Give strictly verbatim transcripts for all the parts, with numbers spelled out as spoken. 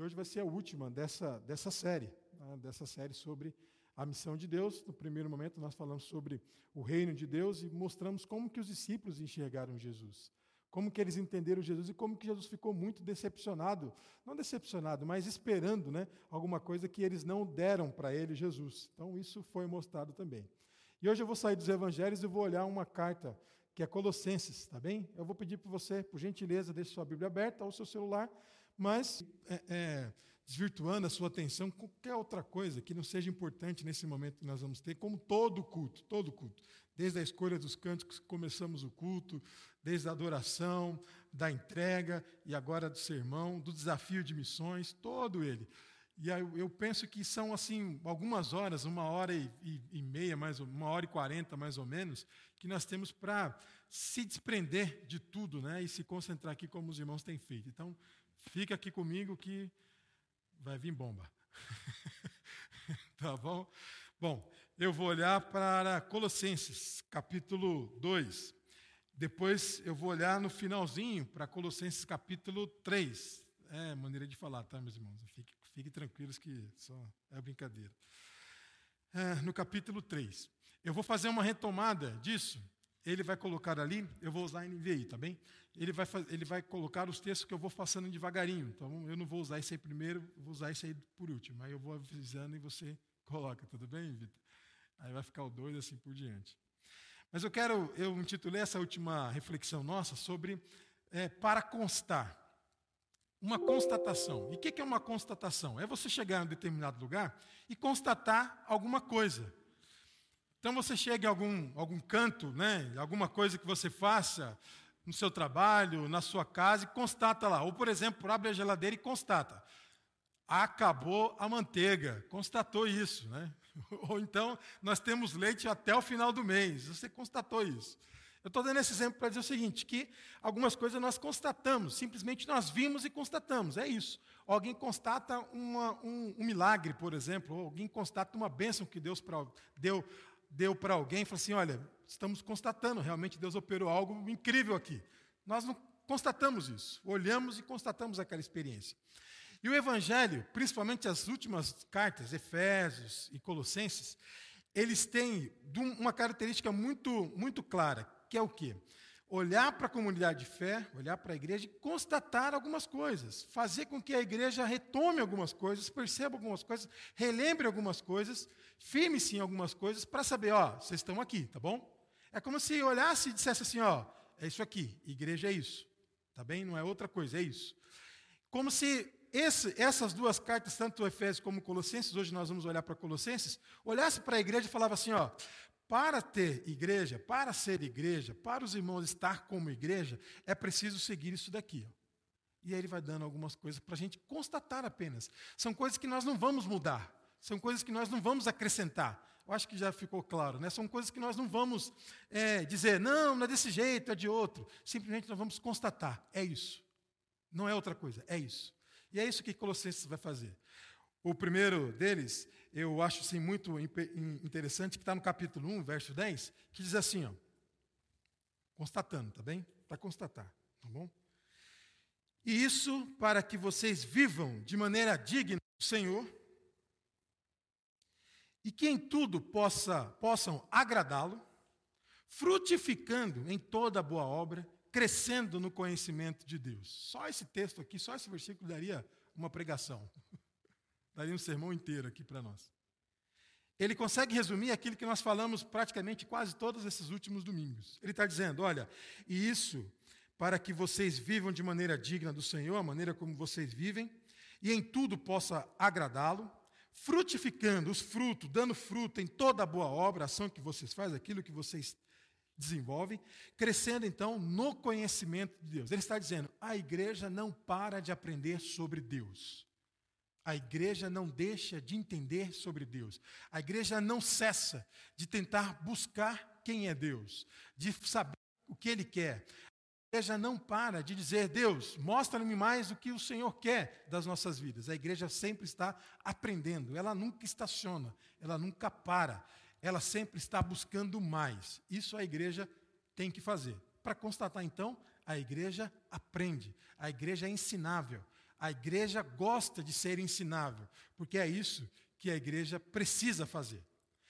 hoje vai ser a última dessa, dessa série, né, dessa série sobre a missão de Deus. No primeiro momento, nós falamos sobre o reino de Deus e mostramos como que os discípulos enxergaram Jesus, como que eles entenderam Jesus e como que Jesus ficou muito decepcionado, não decepcionado, mas esperando, né, alguma coisa que eles não deram para ele, Jesus. Então, isso foi mostrado também. E hoje eu vou sair dos evangelhos e vou olhar uma carta que é Colossenses, tá bem? Eu vou pedir para você, por gentileza, deixe sua Bíblia aberta ou seu celular, mas é, é, desvirtuando a sua atenção com qualquer outra coisa que não seja importante nesse momento que nós vamos ter, como todo culto, todo culto. Desde a escolha dos cânticos que começamos o culto, desde a adoração, da entrega e agora do sermão, do desafio de missões, todo ele. E aí eu penso que são assim algumas horas, uma hora e, e, e meia, mais, uma hora e quarenta mais ou menos, que nós temos para se desprender de tudo, né, e se concentrar aqui como os irmãos têm feito. Então, fica aqui comigo que vai vir bomba. Tá bom? Bom, eu vou olhar para Colossenses, capítulo dois. Depois eu vou olhar no finalzinho para Colossenses, capítulo três. É maneira de falar, tá, meus irmãos? Fiquem fique tranquilos que só é brincadeira. É, no capítulo três. Eu vou fazer uma retomada disso. Ele vai colocar ali, eu vou usar N V I, tá bem? Ele vai, ele vai colocar os textos que eu vou passando devagarinho. Então, eu não vou usar esse aí primeiro, vou usar esse aí por último. Aí eu vou avisando e você coloca, tudo bem, Vitor? Aí vai ficar o dois assim por diante. Mas eu quero, eu intitulei essa última reflexão nossa sobre é, para constar. Uma constatação. E o que é uma constatação? É você chegar em um determinado lugar e constatar alguma coisa. Então você chega em algum, algum canto, né, alguma coisa que você faça no seu trabalho, na sua casa, e constata lá. Ou, por exemplo, abre a geladeira e constata. Acabou a manteiga. Constatou isso, né? Ou então, nós temos leite até o final do mês. Você constatou isso. Eu estou dando esse exemplo para dizer o seguinte, que algumas coisas nós constatamos, simplesmente nós vimos e constatamos, é isso. Alguém constata uma, um, um milagre, por exemplo, ou alguém constata uma bênção que Deus pra, deu, deu para alguém, e fala assim, olha, estamos constatando, realmente Deus operou algo incrível aqui. Nós não constatamos isso, olhamos e constatamos aquela experiência. E o Evangelho, principalmente as últimas cartas, Efésios e Colossenses, eles têm uma característica muito, muito clara, que é o quê? Olhar para a comunidade de fé, olhar para a igreja e constatar algumas coisas, fazer com que a igreja retome algumas coisas, perceba algumas coisas, relembre algumas coisas, firme-se em algumas coisas, para saber, ó, vocês estão aqui, tá bom? É como se olhasse e dissesse assim, ó, é isso aqui, igreja é isso, tá bem? Não é outra coisa, é isso. Como se esse, essas duas cartas, tanto Efésios como Colossenses, hoje nós vamos olhar para Colossenses, olhasse para a igreja e falava assim, ó, para ter igreja, para ser igreja, para os irmãos estar como igreja, é preciso seguir isso daqui. Ó. E aí ele vai dando algumas coisas para a gente constatar apenas. São coisas que nós não vamos mudar, são coisas que nós não vamos acrescentar. Eu acho que já ficou claro, né? São coisas que nós não vamos é, dizer, não, não é desse jeito, é de outro. Simplesmente nós vamos constatar, é isso. Não é outra coisa, é isso. E é isso que Colossenses vai fazer. O primeiro deles, eu acho assim, muito interessante, que está no capítulo um, verso dez, que diz assim, ó, constatando, tá bem? Para constatar, tá bom? E isso para que vocês vivam de maneira digna do Senhor e que em tudo possa, possam agradá-lo, frutificando em toda boa obra, crescendo no conhecimento de Deus. Só esse texto aqui, só esse versículo daria uma pregação. Daria um sermão inteiro aqui para nós. Ele consegue resumir aquilo que nós falamos praticamente quase todos esses últimos domingos. Ele está dizendo, olha, e isso para que vocês vivam de maneira digna do Senhor, a maneira como vocês vivem, e em tudo possa agradá-lo, frutificando os frutos, dando fruto em toda a boa obra, a ação que vocês fazem, aquilo que vocês desenvolvem, crescendo então no conhecimento de Deus. Ele está dizendo, a igreja não para de aprender sobre Deus. A igreja não deixa de entender sobre Deus. A igreja não cessa de tentar buscar quem é Deus, de saber o que Ele quer. A igreja não para de dizer, Deus, mostra-me mais o que o Senhor quer das nossas vidas. A igreja sempre está aprendendo, ela nunca estaciona, ela nunca para, ela sempre está buscando mais. Isso a igreja tem que fazer. Para constatar, então, a igreja aprende, a igreja é ensinável. A igreja gosta de ser ensinável, porque é isso que a igreja precisa fazer.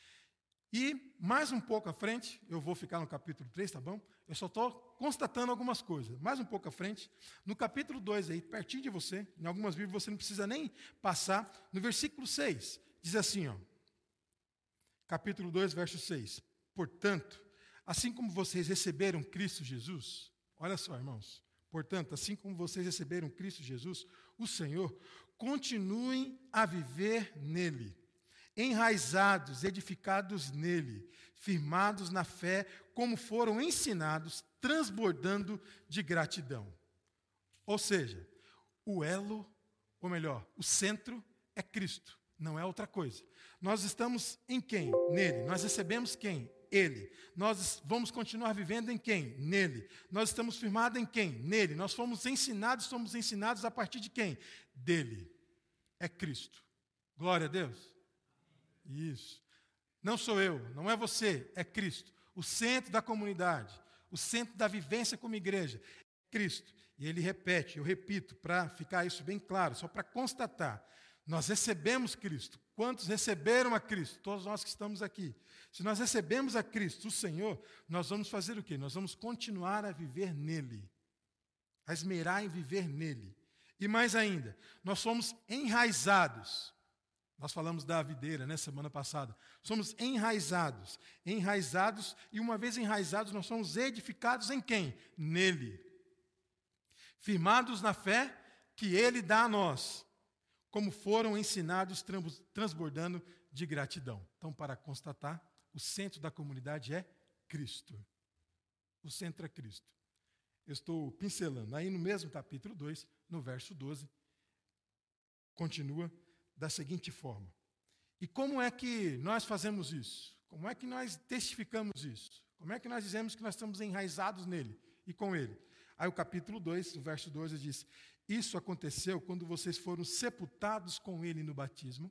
E, mais um pouco à frente, eu vou ficar no capítulo três, tá bom? Eu só estou constatando algumas coisas. Mais um pouco à frente, no capítulo dois, aí, pertinho de você, em algumas Bíblias você não precisa nem passar, no versículo seis, diz assim, ó, capítulo dois, verso seis. Portanto, assim como vocês receberam Cristo Jesus, olha só, irmãos, portanto, assim como vocês receberam Cristo Jesus, o Senhor, continuem a viver nele, enraizados, edificados nele, firmados na fé, como foram ensinados, transbordando de gratidão. Ou seja, o elo, ou melhor, o centro é Cristo, não é outra coisa. Nós estamos em quem? Nele. Nós recebemos quem? Ele. Nós vamos continuar vivendo em quem? Nele. Nós estamos firmados em quem? Nele. Nós fomos ensinados, somos ensinados a partir de quem? Dele. É Cristo. Glória a Deus. Isso. Não sou eu, não é você, é Cristo. O centro da comunidade, o centro da vivência como igreja, é Cristo. E ele repete, eu repito, para ficar isso bem claro, só para constatar. Nós recebemos Cristo. Quantos receberam a Cristo? Todos nós que estamos aqui. Se nós recebemos a Cristo, o Senhor, nós vamos fazer o quê? Nós vamos continuar a viver nele. A esmerar em viver nele. E mais ainda, nós somos enraizados. Nós falamos da videira, né, semana passada. Somos enraizados. Enraizados, e uma vez enraizados, nós somos edificados em quem? Nele. Firmados na fé que ele dá a nós, como foram ensinados, transbordando de gratidão. Então, para constatar, o centro da comunidade é Cristo. O centro é Cristo. Eu estou pincelando. Aí no mesmo capítulo dois, no verso doze, continua da seguinte forma. E como é que nós fazemos isso? Como é que nós testificamos isso? Como é que nós dizemos que nós estamos enraizados nele e com ele? Aí o capítulo dois, o verso doze diz: isso aconteceu quando vocês foram sepultados com ele no batismo,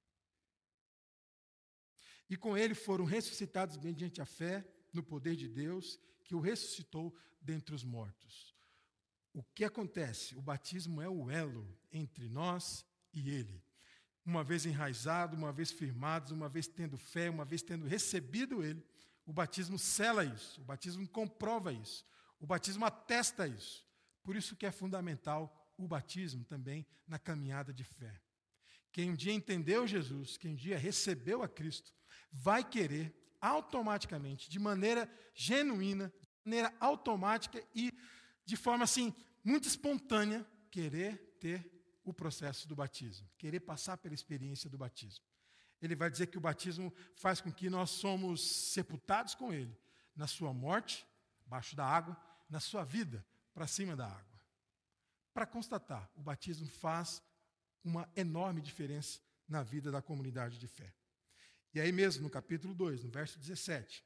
e com ele foram ressuscitados mediante a fé no poder de Deus, que o ressuscitou dentre os mortos. O que acontece? O batismo é o elo entre nós e ele. Uma vez enraizado, uma vez firmados, uma vez tendo fé, uma vez tendo recebido ele, o batismo sela isso, o batismo comprova isso, o batismo atesta isso. Por isso que é fundamental o batismo também na caminhada de fé. Quem um dia entendeu Jesus, quem um dia recebeu a Cristo, vai querer automaticamente, de maneira genuína, de maneira automática e de forma assim, muito espontânea, querer ter o processo do batismo, querer passar pela experiência do batismo. Ele vai dizer que o batismo faz com que nós somos sepultados com ele, na sua morte, abaixo da água, na sua vida, para cima da água. Para constatar, o batismo faz uma enorme diferença na vida da comunidade de fé. E aí mesmo, no capítulo dois, no verso dezessete,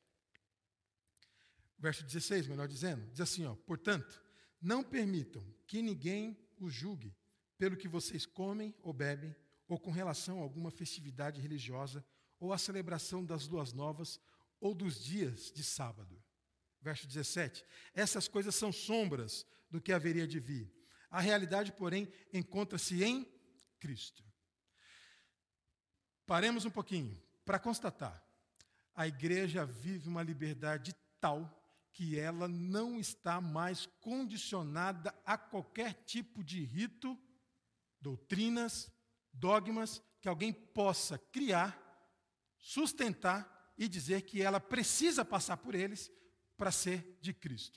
verso dezesseis, melhor dizendo, diz assim, ó, portanto, não permitam que ninguém os julgue pelo que vocês comem ou bebem, ou com relação a alguma festividade religiosa, ou a celebração das luas novas, ou dos dias de sábado. Verso dezessete, essas coisas são sombras do que haveria de vir. A realidade, porém, encontra-se em Cristo. Paremos um pouquinho para constatar. A igreja vive uma liberdade tal que ela não está mais condicionada a qualquer tipo de rito, doutrinas, dogmas que alguém possa criar, sustentar e dizer que ela precisa passar por eles para ser de Cristo.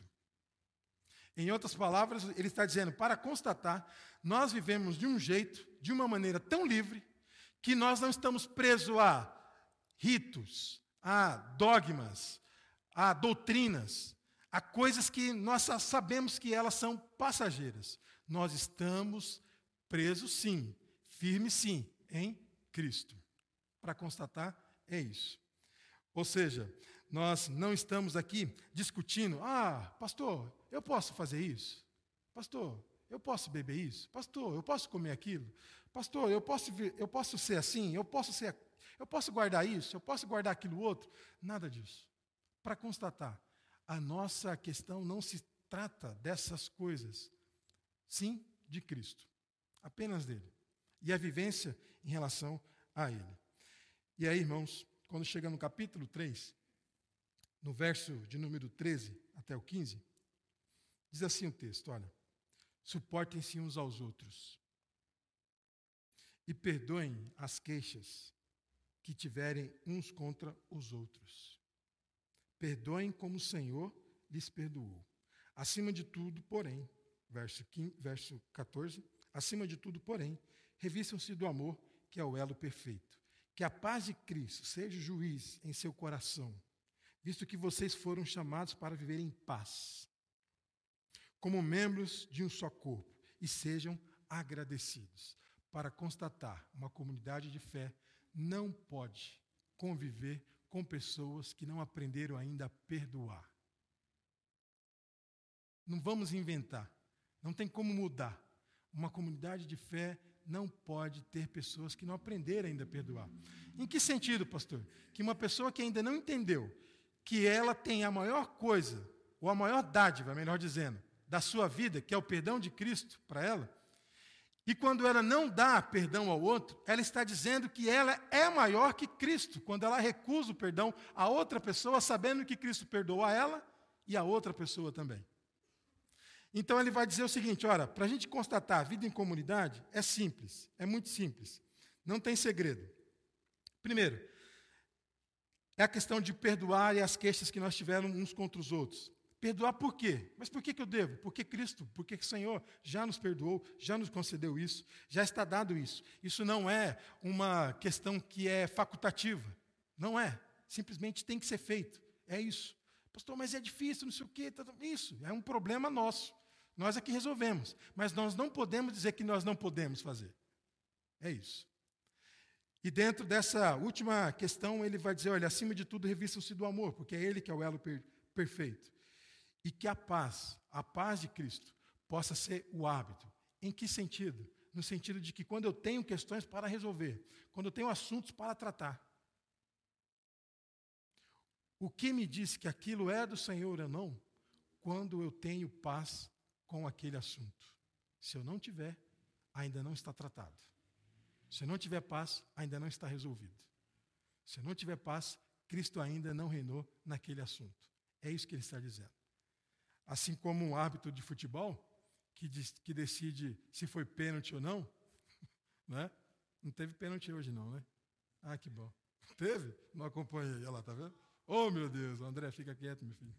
Em outras palavras, ele está dizendo, para constatar, nós vivemos de um jeito, de uma maneira tão livre, que nós não estamos presos a ritos, a dogmas, a doutrinas, a coisas que nós sabemos que elas são passageiras. Nós estamos presos sim, firmes sim, em Cristo. Para constatar, é isso. Ou seja, nós não estamos aqui discutindo, ah, pastor, eu posso fazer isso? Pastor, eu posso beber isso? Pastor, eu posso comer aquilo? Pastor, eu posso, eu posso ser assim? Eu posso ser, eu posso guardar isso? Eu posso guardar aquilo outro? Nada disso. Para constatar, a nossa questão não se trata dessas coisas, sim de Cristo. apenas dele, e a vivência em relação a ele. E aí, irmãos, quando chega no capítulo três, no verso de número treze até o quinze, diz assim o texto, olha, suportem-se uns aos outros e perdoem as queixas que tiverem uns contra os outros. Perdoem como o Senhor lhes perdoou. Acima de tudo, porém, verso, quinze, verso catorze, acima de tudo, porém, revistam-se do amor, que é o elo perfeito. Que a paz de Cristo seja o juiz em seu coração, visto que vocês foram chamados para viver em paz, como membros de um só corpo, e sejam agradecidos. Para constatar, uma comunidade de fé não pode conviver com pessoas que não aprenderam ainda a perdoar. Não vamos inventar, não tem como mudar. Uma comunidade de fé não pode ter pessoas que não aprenderam ainda a perdoar. Em que sentido, pastor? Que uma pessoa que ainda não entendeu que ela tem a maior coisa, ou a maior dádiva, melhor dizendo, da sua vida, que é o perdão de Cristo para ela, e quando ela não dá perdão ao outro, ela está dizendo que ela é maior que Cristo, quando ela recusa o perdão a outra pessoa, sabendo que Cristo perdoou a ela e a outra pessoa também. Então ele vai dizer o seguinte, olha, para a gente constatar a vida em comunidade, é simples, é muito simples, não tem segredo. Primeiro, é a questão de perdoar e as queixas que nós tivemos uns contra os outros. Perdoar por quê? Mas por que que eu devo? Porque Cristo, porque o Senhor já nos perdoou, já nos concedeu isso, já está dado isso. Isso não é uma questão que é facultativa, não é. Simplesmente tem que ser feito, é isso. Pastor, mas é difícil, não sei o quê. Isso, é um problema nosso. Nós é que resolvemos, mas nós não podemos dizer que nós não podemos fazer. É isso. E dentro dessa última questão, ele vai dizer, olha, acima de tudo, revistam-se do amor, porque é ele que é o elo per- perfeito. E que a paz, a paz de Cristo, possa ser o hábito. Em que sentido? No sentido de que quando eu tenho questões para resolver, quando eu tenho assuntos para tratar, o que me diz que aquilo é do Senhor ou não, quando eu tenho paz com aquele assunto. Se eu não tiver, ainda não está tratado. Se eu não tiver paz, ainda não está resolvido. Se eu não tiver paz, Cristo ainda não reinou naquele assunto. É isso que ele está dizendo. Assim como um árbitro de futebol, que, diz, que decide se foi pênalti ou não, né? Não teve pênalti hoje não, né? Ah, que bom. Teve? Não acompanhei. Olha lá, tá vendo? Oh, meu Deus, André, fica quieto, meu filho.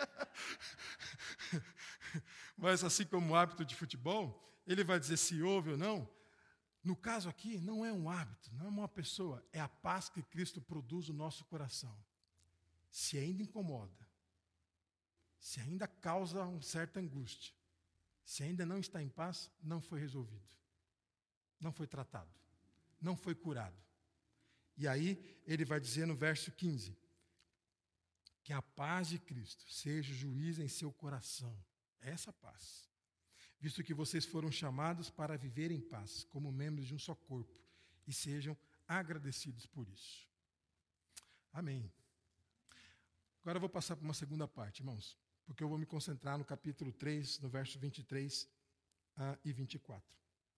Mas assim como o árbitro de futebol, ele vai dizer se houve ou não. No caso aqui, não é um hábito, não é uma pessoa, é a paz que Cristo produz no nosso coração. Se ainda incomoda, se ainda causa uma certa angústia, se ainda não está em paz, não foi resolvido, não foi tratado, não foi curado. E aí ele vai dizer no verso quinze, que a paz de Cristo seja juiz em seu coração, essa paz, visto que vocês foram chamados para viver em paz, como membros de um só corpo, e sejam agradecidos por isso. Amém. Agora eu vou passar para uma segunda parte, irmãos, porque eu vou me concentrar no capítulo três, no verso vinte e três uh, e vinte e quatro.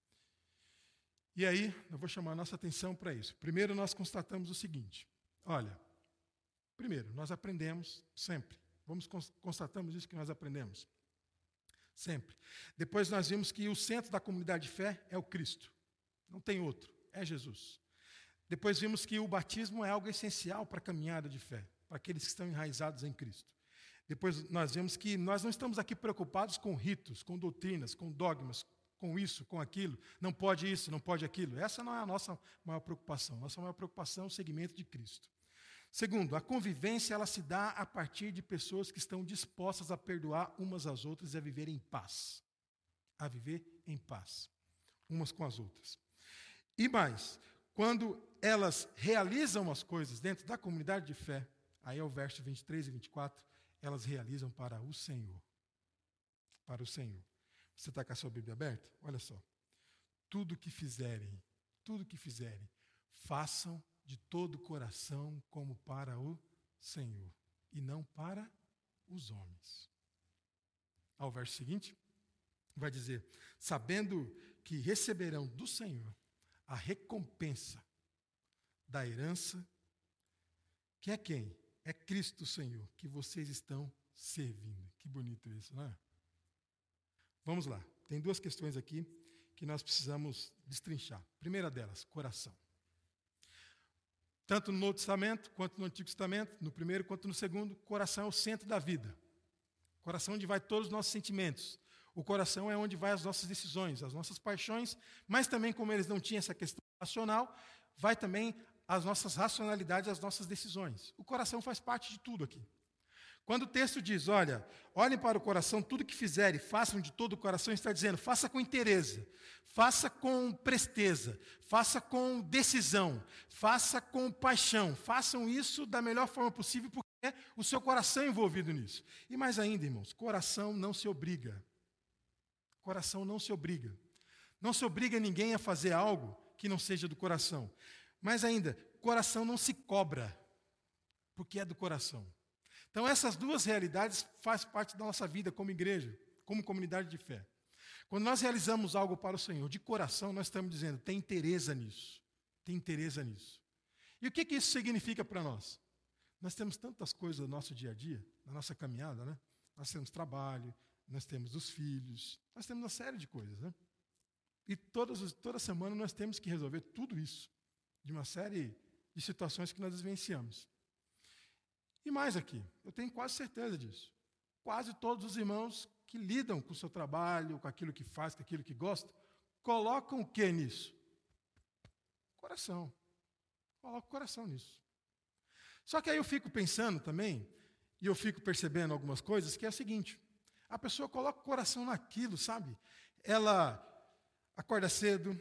E aí, eu vou chamar a nossa atenção para isso. Primeiro, nós constatamos o seguinte, olha, primeiro, nós aprendemos sempre, vamos constatamos isso que nós aprendemos, sempre. Depois nós vimos que o centro da comunidade de fé é o Cristo, não tem outro, é Jesus. Depois vimos que o batismo é algo essencial para a caminhada de fé, para aqueles que estão enraizados em Cristo. Depois nós vemos que nós não estamos aqui preocupados com ritos, com doutrinas, com dogmas, com isso, com aquilo, não pode isso, não pode aquilo. Essa não é a nossa maior preocupação. Nossa maior preocupação é o seguimento de Cristo. Segundo, a convivência ela se dá a partir de pessoas que estão dispostas a perdoar umas às outras e a viver em paz. A viver em paz, umas com as outras. E mais, quando elas realizam as coisas dentro da comunidade de fé, aí é o verso vinte e três e vinte e quatro, elas realizam para o Senhor. Para o Senhor. Você está com a sua Bíblia aberta? Olha só. Tudo que fizerem, tudo que fizerem, façam de todo o coração como para o Senhor, e não para os homens. Ao verso seguinte, vai dizer, sabendo que receberão do Senhor a recompensa da herança, que é quem? É Cristo Senhor, que vocês estão servindo. Que bonito isso, não é? Vamos lá. Tem duas questões aqui que nós precisamos destrinchar. Primeira delas, coração. Tanto no Novo Testamento, quanto no Antigo Testamento, no primeiro quanto no segundo, coração é o centro da vida. Coração onde vai todos os nossos sentimentos. O coração é onde vai as nossas decisões, as nossas paixões, mas também, como eles não tinham essa questão racional, vai também as nossas racionalidades, as nossas decisões. O coração faz parte de tudo aqui. Quando o texto diz, olha, olhem para o coração, tudo que fizerem, façam de todo o coração, está dizendo, faça com interesse, faça com presteza, faça com decisão, faça com paixão, façam isso da melhor forma possível, porque é o seu coração envolvido nisso. E mais ainda, irmãos, coração não se obriga. Coração não se obriga. Não se obriga ninguém a fazer algo que não seja do coração. Mais ainda, coração não se cobra, porque é do coração. Então, essas duas realidades fazem parte da nossa vida como igreja, como comunidade de fé. Quando nós realizamos algo para o Senhor, de coração, nós estamos dizendo, tem interesse nisso, tem interesse nisso. E o que, que isso significa para nós? Nós temos tantas coisas no nosso dia a dia, na nossa caminhada, né? Nós temos trabalho, nós temos os filhos, nós temos uma série de coisas, né? E todas, toda semana nós temos que resolver tudo isso, de uma série de situações que nós vivenciamos. E mais aqui, eu tenho quase certeza disso. Quase todos os irmãos que lidam com o seu trabalho, com aquilo que faz, com aquilo que gosta, colocam o que nisso? Coração. Colocam o coração nisso. Só que aí eu fico pensando também, e eu fico percebendo algumas coisas, que é o seguinte, a pessoa coloca o coração naquilo, sabe? Ela acorda cedo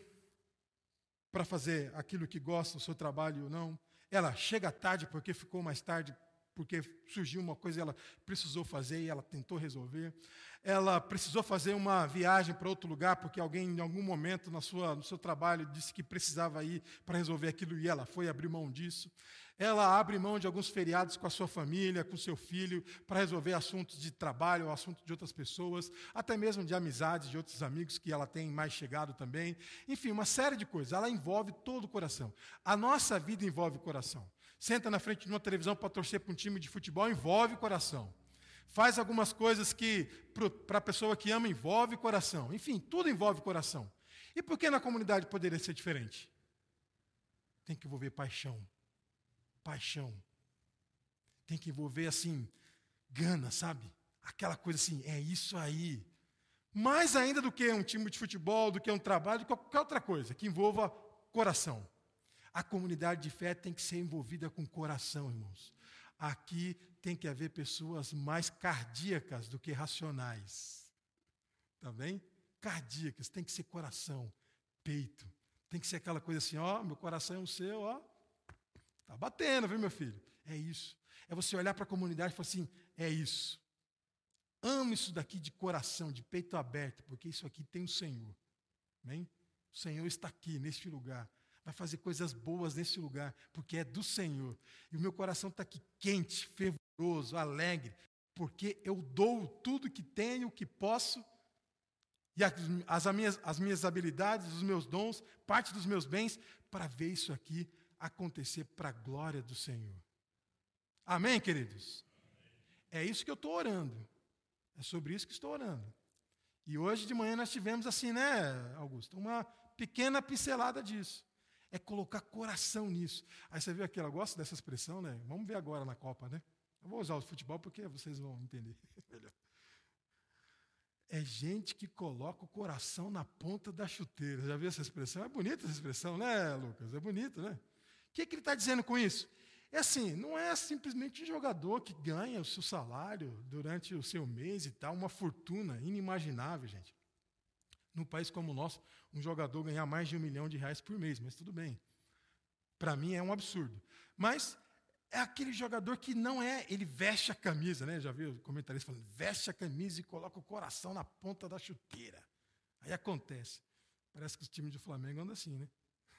para fazer aquilo que gosta, o seu trabalho ou não. Ela chega tarde porque ficou mais tarde, porque surgiu uma coisa e ela precisou fazer e ela tentou resolver. Ela precisou fazer uma viagem para outro lugar porque alguém, em algum momento, na sua, no seu trabalho, disse que precisava ir para resolver aquilo e ela foi abrir mão disso. Ela abre mão de alguns feriados com a sua família, com o seu filho, para resolver assuntos de trabalho, assuntos de outras pessoas, até mesmo de amizades, de outros amigos que ela tem mais chegado também. Enfim, uma série de coisas. Ela envolve todo o coração. A nossa vida envolve o coração. Senta na frente de uma televisão para torcer para um time de futebol, envolve o coração. Faz algumas coisas que, para a pessoa que ama, envolve o coração. Enfim, tudo envolve o coração. E por que na comunidade poderia ser diferente? Tem que envolver paixão. Paixão. Tem que envolver, assim, gana, sabe? Aquela coisa assim, é isso aí. Mais ainda do que um time de futebol, do que um trabalho, do que qualquer outra coisa, que envolva coração. A comunidade de fé tem que ser envolvida com coração, irmãos. Aqui tem que haver pessoas mais cardíacas do que racionais. Tá bem? Cardíacas, tem que ser coração, peito. Tem que ser aquela coisa assim, ó, meu coração é o seu, ó. Tá batendo, viu, meu filho? É isso. É você olhar para a comunidade e falar assim, é isso. Amo isso daqui de coração, de peito aberto, porque isso aqui tem o Senhor. Amém? O Senhor está aqui, neste lugar. Vai fazer coisas boas nesse lugar, porque é do Senhor. E o meu coração está aqui quente, fervoroso, alegre, porque eu dou tudo que tenho, que posso, e as, as, minhas, as minhas habilidades, os meus dons, parte dos meus bens, para ver isso aqui acontecer para a glória do Senhor. Amém, queridos? É isso que eu estou orando. É sobre isso que estou orando. E hoje de manhã nós tivemos assim, né, Augusto, uma pequena pincelada disso. É colocar coração nisso. Aí você viu aqui, ela gosta dessa expressão, né? Vamos ver agora na Copa, né? Eu vou usar o futebol porque vocês vão entender melhor. É gente que coloca o coração na ponta da chuteira. Já viu essa expressão? É bonita essa expressão, né, Lucas? É bonito, né? O que, que ele está dizendo com isso? É assim, não é simplesmente um jogador que ganha o seu salário durante o seu mês e tal, uma fortuna inimaginável, gente. Num país como o nosso, um jogador ganhar mais de um milhão de reais por mês, mas tudo bem. Para mim é um absurdo. Mas é aquele jogador que não é, ele veste a camisa, né? Já viu o comentarista falando, veste a camisa e coloca o coração na ponta da chuteira. Aí acontece. Parece que os times do Flamengo andam assim, né?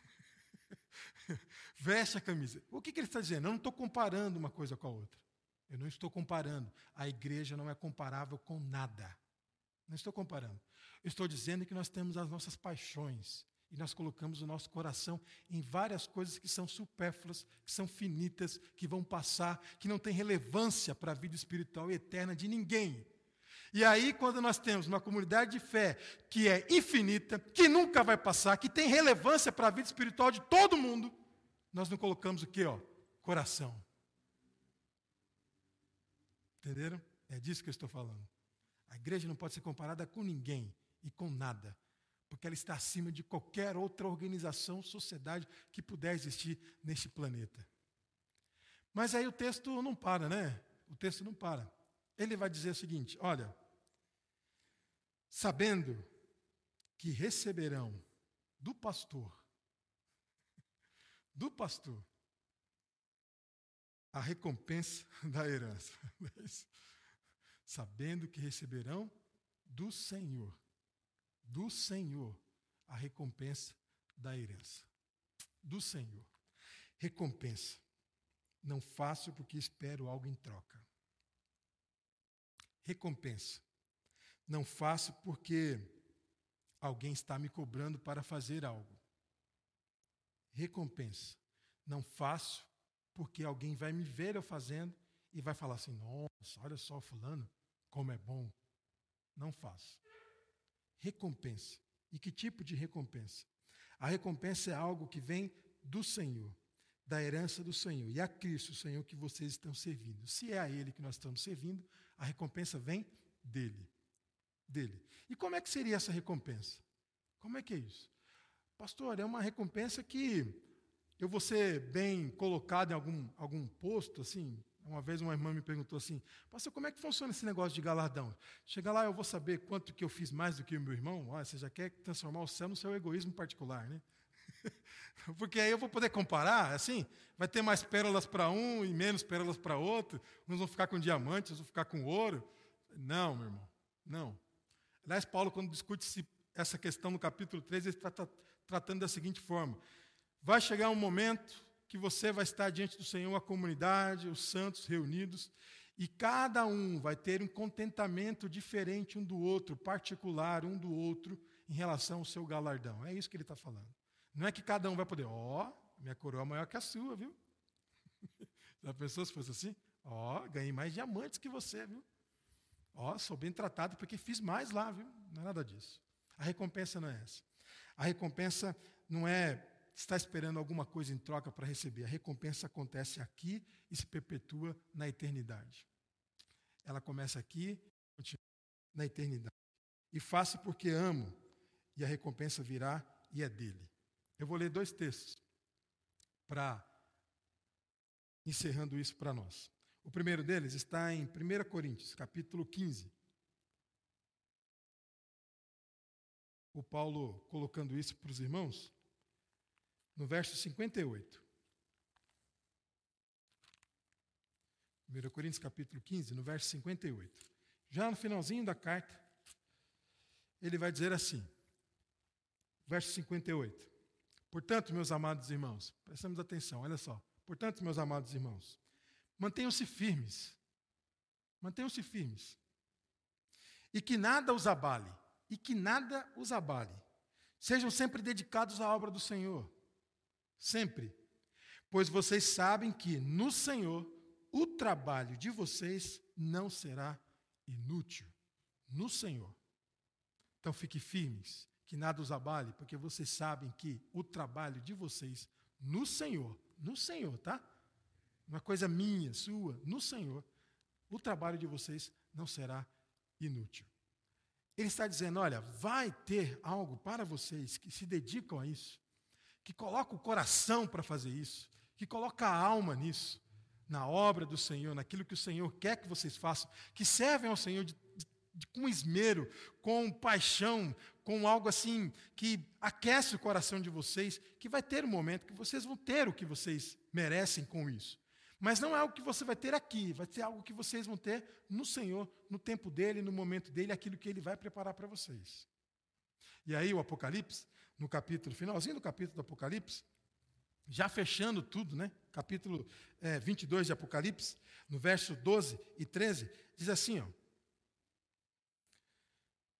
Veste a camisa. O que, que ele está dizendo? Eu não estou comparando uma coisa com a outra. Eu não estou comparando. A igreja não é comparável com nada. Não estou comparando. Eu estou dizendo que nós temos as nossas paixões e nós colocamos o nosso coração em várias coisas que são supérfluas, que são finitas, que vão passar, que não têm relevância para a vida espiritual e eterna de ninguém. E aí, quando nós temos uma comunidade de fé que é infinita, que nunca vai passar, que tem relevância para a vida espiritual de todo mundo, nós não colocamos o quê? Ó? Coração. Entenderam? É disso que eu estou falando. A igreja não pode ser comparada com ninguém e com nada, porque ela está acima de qualquer outra organização, sociedade que puder existir neste planeta. Mas aí o texto não para, né? O texto não para. Ele vai dizer o seguinte, olha, sabendo que receberão do pastor, do pastor, a recompensa da herança. Sabendo que receberão do Senhor, do Senhor, a recompensa da herança. Do Senhor. Recompensa. Não faço porque espero algo em troca. Recompensa. Não faço porque alguém está me cobrando para fazer algo. Recompensa. Não faço porque alguém vai me ver eu fazendo e vai falar assim, nossa, olha só fulano, como é bom. Não faço. Recompensa. E que tipo de recompensa? A recompensa é algo que vem do Senhor, da herança do Senhor. E a Cristo, o Senhor que vocês estão servindo. Se é a Ele que nós estamos servindo, a recompensa vem dele. Dele. E como é que seria essa recompensa? Como é que é isso? Pastor, é uma recompensa que eu vou ser bem colocado em algum, algum posto, assim. Uma vez uma irmã me perguntou assim, pastor, como é que funciona esse negócio de galardão? Chega lá, eu vou saber quanto que eu fiz mais do que o meu irmão? Olha, você já quer transformar o céu no seu egoísmo particular, né? Porque aí eu vou poder comparar, assim, vai ter mais pérolas para um e menos pérolas para outro, uns vão ficar com diamantes, outros vão ficar com ouro. Não, meu irmão, não. Aliás, Paulo, quando discute essa questão no capítulo três, ele está tratando da seguinte forma, vai chegar um momento que você vai estar diante do Senhor, a comunidade, os santos reunidos, e cada um vai ter um contentamento diferente um do outro, particular um do outro, em relação ao seu galardão. É isso que ele está falando. Não é que cada um vai poder, ó, oh, minha coroa é maior que a sua, viu? Já pensou se fosse assim? Ó, oh, ganhei mais diamantes que você, viu? Ó, oh, sou bem tratado porque fiz mais lá, viu? Não é nada disso. A recompensa não é essa. A recompensa não é estar esperando alguma coisa em troca para receber. A recompensa acontece aqui e se perpetua na eternidade. Ela começa aqui e continua na eternidade. E faço porque amo, e a recompensa virá e é dele. Eu vou ler dois textos para encerrando isso para nós. O primeiro deles está em primeira Coríntios, capítulo quinze. O Paulo colocando isso para os irmãos, no verso cinquenta e oito. primeira Coríntios, capítulo quinze, no verso cinquenta e oito. Já no finalzinho da carta, ele vai dizer assim, verso cinquenta e oito. Portanto, meus amados irmãos, prestamos atenção, olha só. Portanto, meus amados irmãos, mantenham-se firmes, mantenham-se firmes, e que nada os abale, e que nada os abale. Sejam sempre dedicados à obra do Senhor, sempre, pois vocês sabem que no Senhor o trabalho de vocês não será inútil, no Senhor. Então fiquem firmes, que nada os abale, porque vocês sabem que o trabalho de vocês no Senhor, no Senhor, tá? Uma coisa minha, sua, no Senhor, o trabalho de vocês não será inútil. Ele está dizendo, olha, vai ter algo para vocês que se dedicam a isso, que colocam o coração para fazer isso, que colocam a alma nisso, na obra do Senhor, naquilo que o Senhor quer que vocês façam, que servem ao Senhor de, de, de, com esmero, com paixão, com algo assim que aquece o coração de vocês, que vai ter um momento que vocês vão ter o que vocês merecem com isso. Mas não é algo que você vai ter aqui, vai ser algo que vocês vão ter no Senhor, no tempo dEle, no momento dEle, aquilo que Ele vai preparar para vocês. E aí o Apocalipse, no capítulo, finalzinho do capítulo do Apocalipse, já fechando tudo, né? Capítulo é, vinte e dois de Apocalipse, no verso doze e treze, diz assim, ó,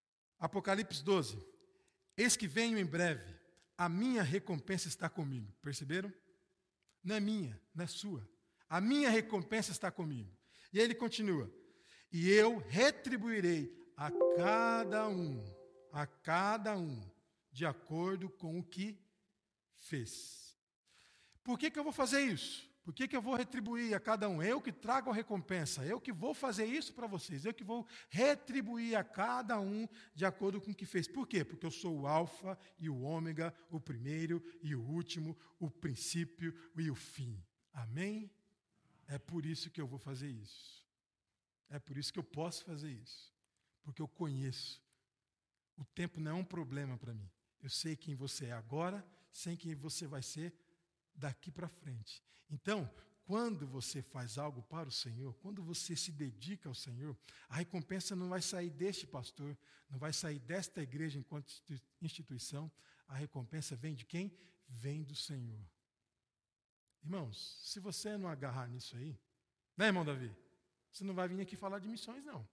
Apocalipse doze. Eis que venho em breve, a minha recompensa está comigo. Perceberam? Não é minha, não é sua. A minha recompensa está comigo. E ele continua. E eu retribuirei a cada um, a cada um, de acordo com o que fez. Por que que eu vou fazer isso? Por que que eu vou retribuir a cada um? Eu que trago a recompensa, eu que vou fazer isso para vocês, eu que vou retribuir a cada um de acordo com o que fez. Por quê? Porque eu sou o alfa e o ômega, o primeiro e o último, o princípio e o fim. Amém? É por isso que eu vou fazer isso. É por isso que eu posso fazer isso. Porque eu conheço. O tempo não é um problema para mim. Eu sei quem você é agora, sei quem você vai ser daqui para frente. Então, quando você faz algo para o Senhor, quando você se dedica ao Senhor, a recompensa não vai sair deste pastor, não vai sair desta igreja enquanto instituição, a recompensa vem de quem? Vem do Senhor. Irmãos, se você não agarrar nisso aí, né, irmão Davi? Você não vai vir aqui falar de missões, não.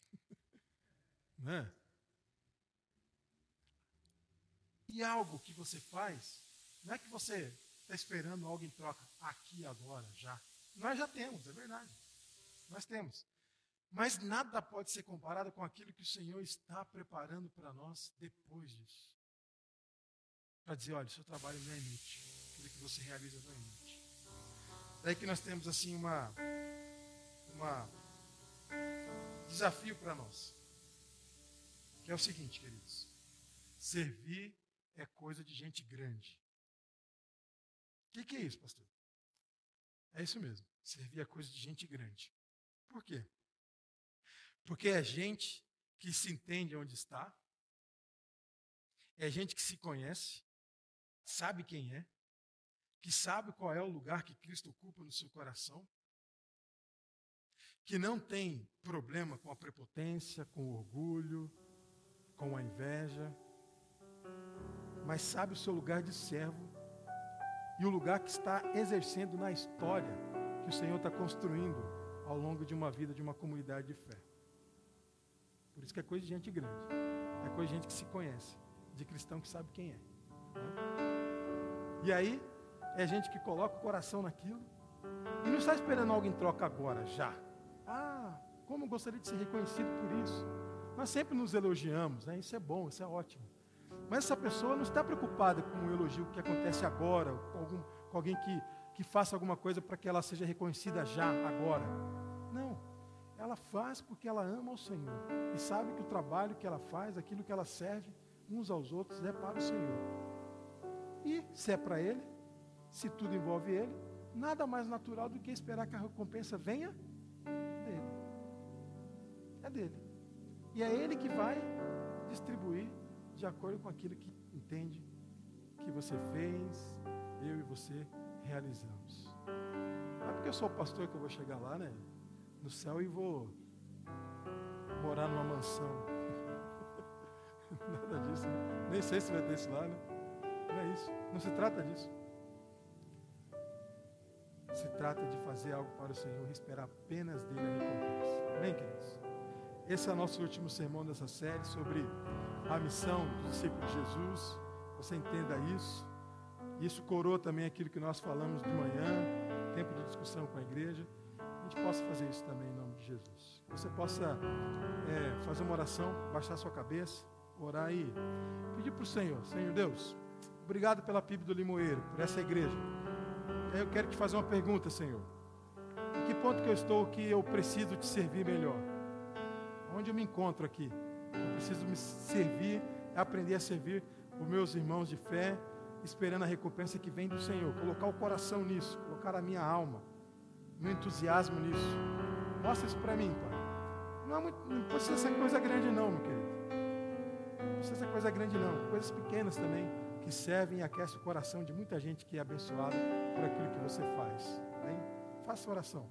Né? E algo que você faz, não é que você está esperando algo em troca aqui, agora, já. Nós já temos, é verdade. Nós temos. Mas nada pode ser comparado com aquilo que o Senhor está preparando para nós depois disso. Para dizer, olha, o seu trabalho não é inútil. Aquilo que você realiza não é inútil. Daí que nós temos assim uma, uma desafio para nós. Que é o seguinte, queridos. Servir é coisa de gente grande. O que, que é isso, pastor? É isso mesmo. Servir é coisa de gente grande. Por quê? Porque é gente que se entende onde está, é gente que se conhece, sabe quem é, que sabe qual é o lugar que Cristo ocupa no seu coração, que não tem problema com a prepotência, com o orgulho, com a inveja, mas sabe o seu lugar de servo e o lugar que está exercendo na história que o Senhor está construindo ao longo de uma vida, de uma comunidade de fé. Por isso que é coisa de gente grande. É coisa de gente que se conhece, de cristão que sabe quem é. E aí, é gente que coloca o coração naquilo e não está esperando algo em troca agora, já. Ah, como eu gostaria de ser reconhecido por isso. Nós sempre nos elogiamos, né? Isso é bom, isso é ótimo. Mas essa pessoa não está preocupada com o elogio que acontece agora, com, algum, com alguém que, que faça alguma coisa para que ela seja reconhecida já, agora. Não. Ela faz porque ela ama o Senhor. E sabe que o trabalho que ela faz, aquilo que ela serve uns aos outros, é para o Senhor. E se é para Ele, se tudo envolve Ele, nada mais natural do que esperar que a recompensa venha dEle. É dEle. E é Ele que vai distribuir de acordo com aquilo que entende que você fez, eu e você realizamos. Não é porque eu sou o pastor que eu vou chegar lá, né, no céu e vou morar numa mansão. Nada disso, né? Nem sei se vai ter isso lá, né? Não é isso, não se trata disso. Se trata de fazer algo para o Senhor e esperar apenas dele a recompensa. Amém, queridos? Esse é o nosso último sermão dessa série sobre a missão dos discípulos de Jesus. Você entenda isso. Isso coroa também aquilo que nós falamos de manhã, tempo de discussão com a igreja. A gente possa fazer isso também em nome de Jesus. Você possa é, fazer uma oração, baixar sua cabeça, orar e pedir para o Senhor. Senhor Deus, obrigado pela P I B do Limoeiro, por essa igreja. E aí eu quero te fazer uma pergunta, Senhor. Em que ponto que eu estou que eu preciso te servir melhor? Onde eu me encontro aqui? Eu preciso me servir, aprender a servir os meus irmãos de fé, esperando a recompensa que vem do Senhor. Colocar o coração nisso, colocar a minha alma, meu entusiasmo nisso. Mostra isso para mim, Pai. Não, é muito, não precisa ser coisa grande não, meu querido. Não precisa ser coisa grande não. Coisas pequenas também, que servem e aquecem o coração de muita gente que é abençoada por aquilo que você faz. Bem? Faça oração.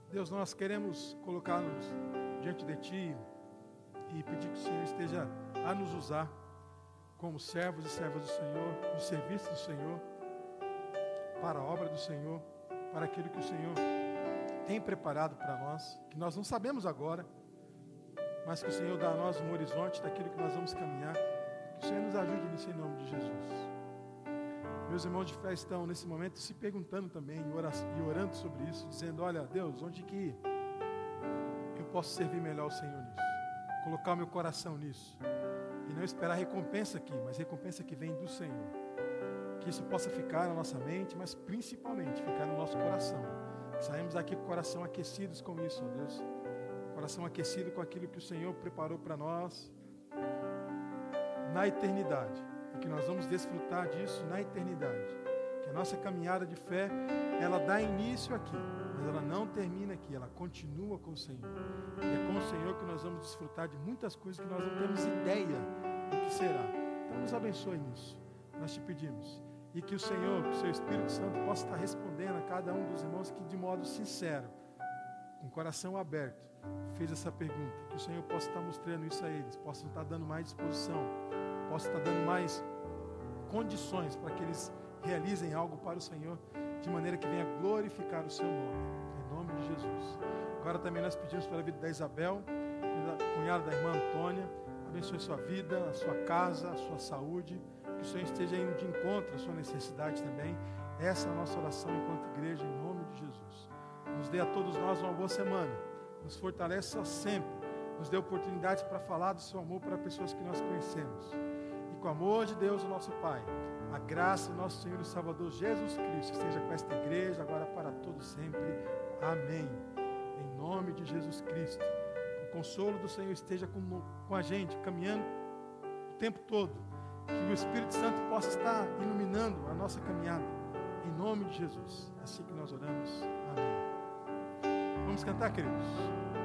Deus, nós queremos colocar-nos diante de Ti e pedir que o Senhor esteja a nos usar como servos e servas do Senhor, no serviço do Senhor, para a obra do Senhor, para aquilo que o Senhor tem preparado para nós, que nós não sabemos agora, mas que o Senhor dá a nós um horizonte daquilo que nós vamos caminhar. Que o Senhor nos ajude nisso em nome de Jesus. Meus irmãos de fé estão nesse momento se perguntando também e orando sobre isso, dizendo: olha, Deus, onde que eu posso servir melhor o Senhor nisso? Colocar o meu coração nisso. E não esperar recompensa aqui, mas recompensa que vem do Senhor. Que isso possa ficar na nossa mente, mas principalmente ficar no nosso coração. Que saímos daqui com o coração aquecidos com isso, ó Deus. Coração aquecido com aquilo que o Senhor preparou para nós na eternidade. E que nós vamos desfrutar disso na eternidade. Que a nossa caminhada de fé, ela dá início aqui, mas ela não termina aqui, ela continua com o Senhor. E é com o Senhor que nós vamos desfrutar de muitas coisas que nós não temos ideia do que será. Então nos abençoe nisso, nós te pedimos. E que o Senhor, que o seu Espírito Santo possa estar respondendo a cada um dos irmãos que de modo sincero, com o coração aberto, fez essa pergunta. Que o Senhor possa estar mostrando isso a eles, possa estar dando mais disposição, possa estar dando mais condições para que eles realizem algo para o Senhor, de maneira que venha glorificar o seu nome, em nome de Jesus. Agora também nós pedimos para a vida da Isabel, cunhada da irmã Antônia, abençoe sua vida, a sua casa, a sua saúde, que o Senhor esteja indo de encontro à sua necessidade também. Essa é a nossa oração enquanto igreja, em nome de Jesus. Nos dê a todos nós uma boa semana, nos fortaleça sempre, nos dê oportunidade para falar do seu amor para pessoas que nós conhecemos. E com o amor de Deus, o nosso Pai, a graça do nosso Senhor e Salvador Jesus Cristo esteja com esta igreja, agora para todos sempre. Amém. Em nome de Jesus Cristo. O consolo do Senhor esteja com, com a gente, caminhando o tempo todo. Que o Espírito Santo possa estar iluminando a nossa caminhada. Em nome de Jesus. É assim que nós oramos. Amém. Vamos cantar, queridos?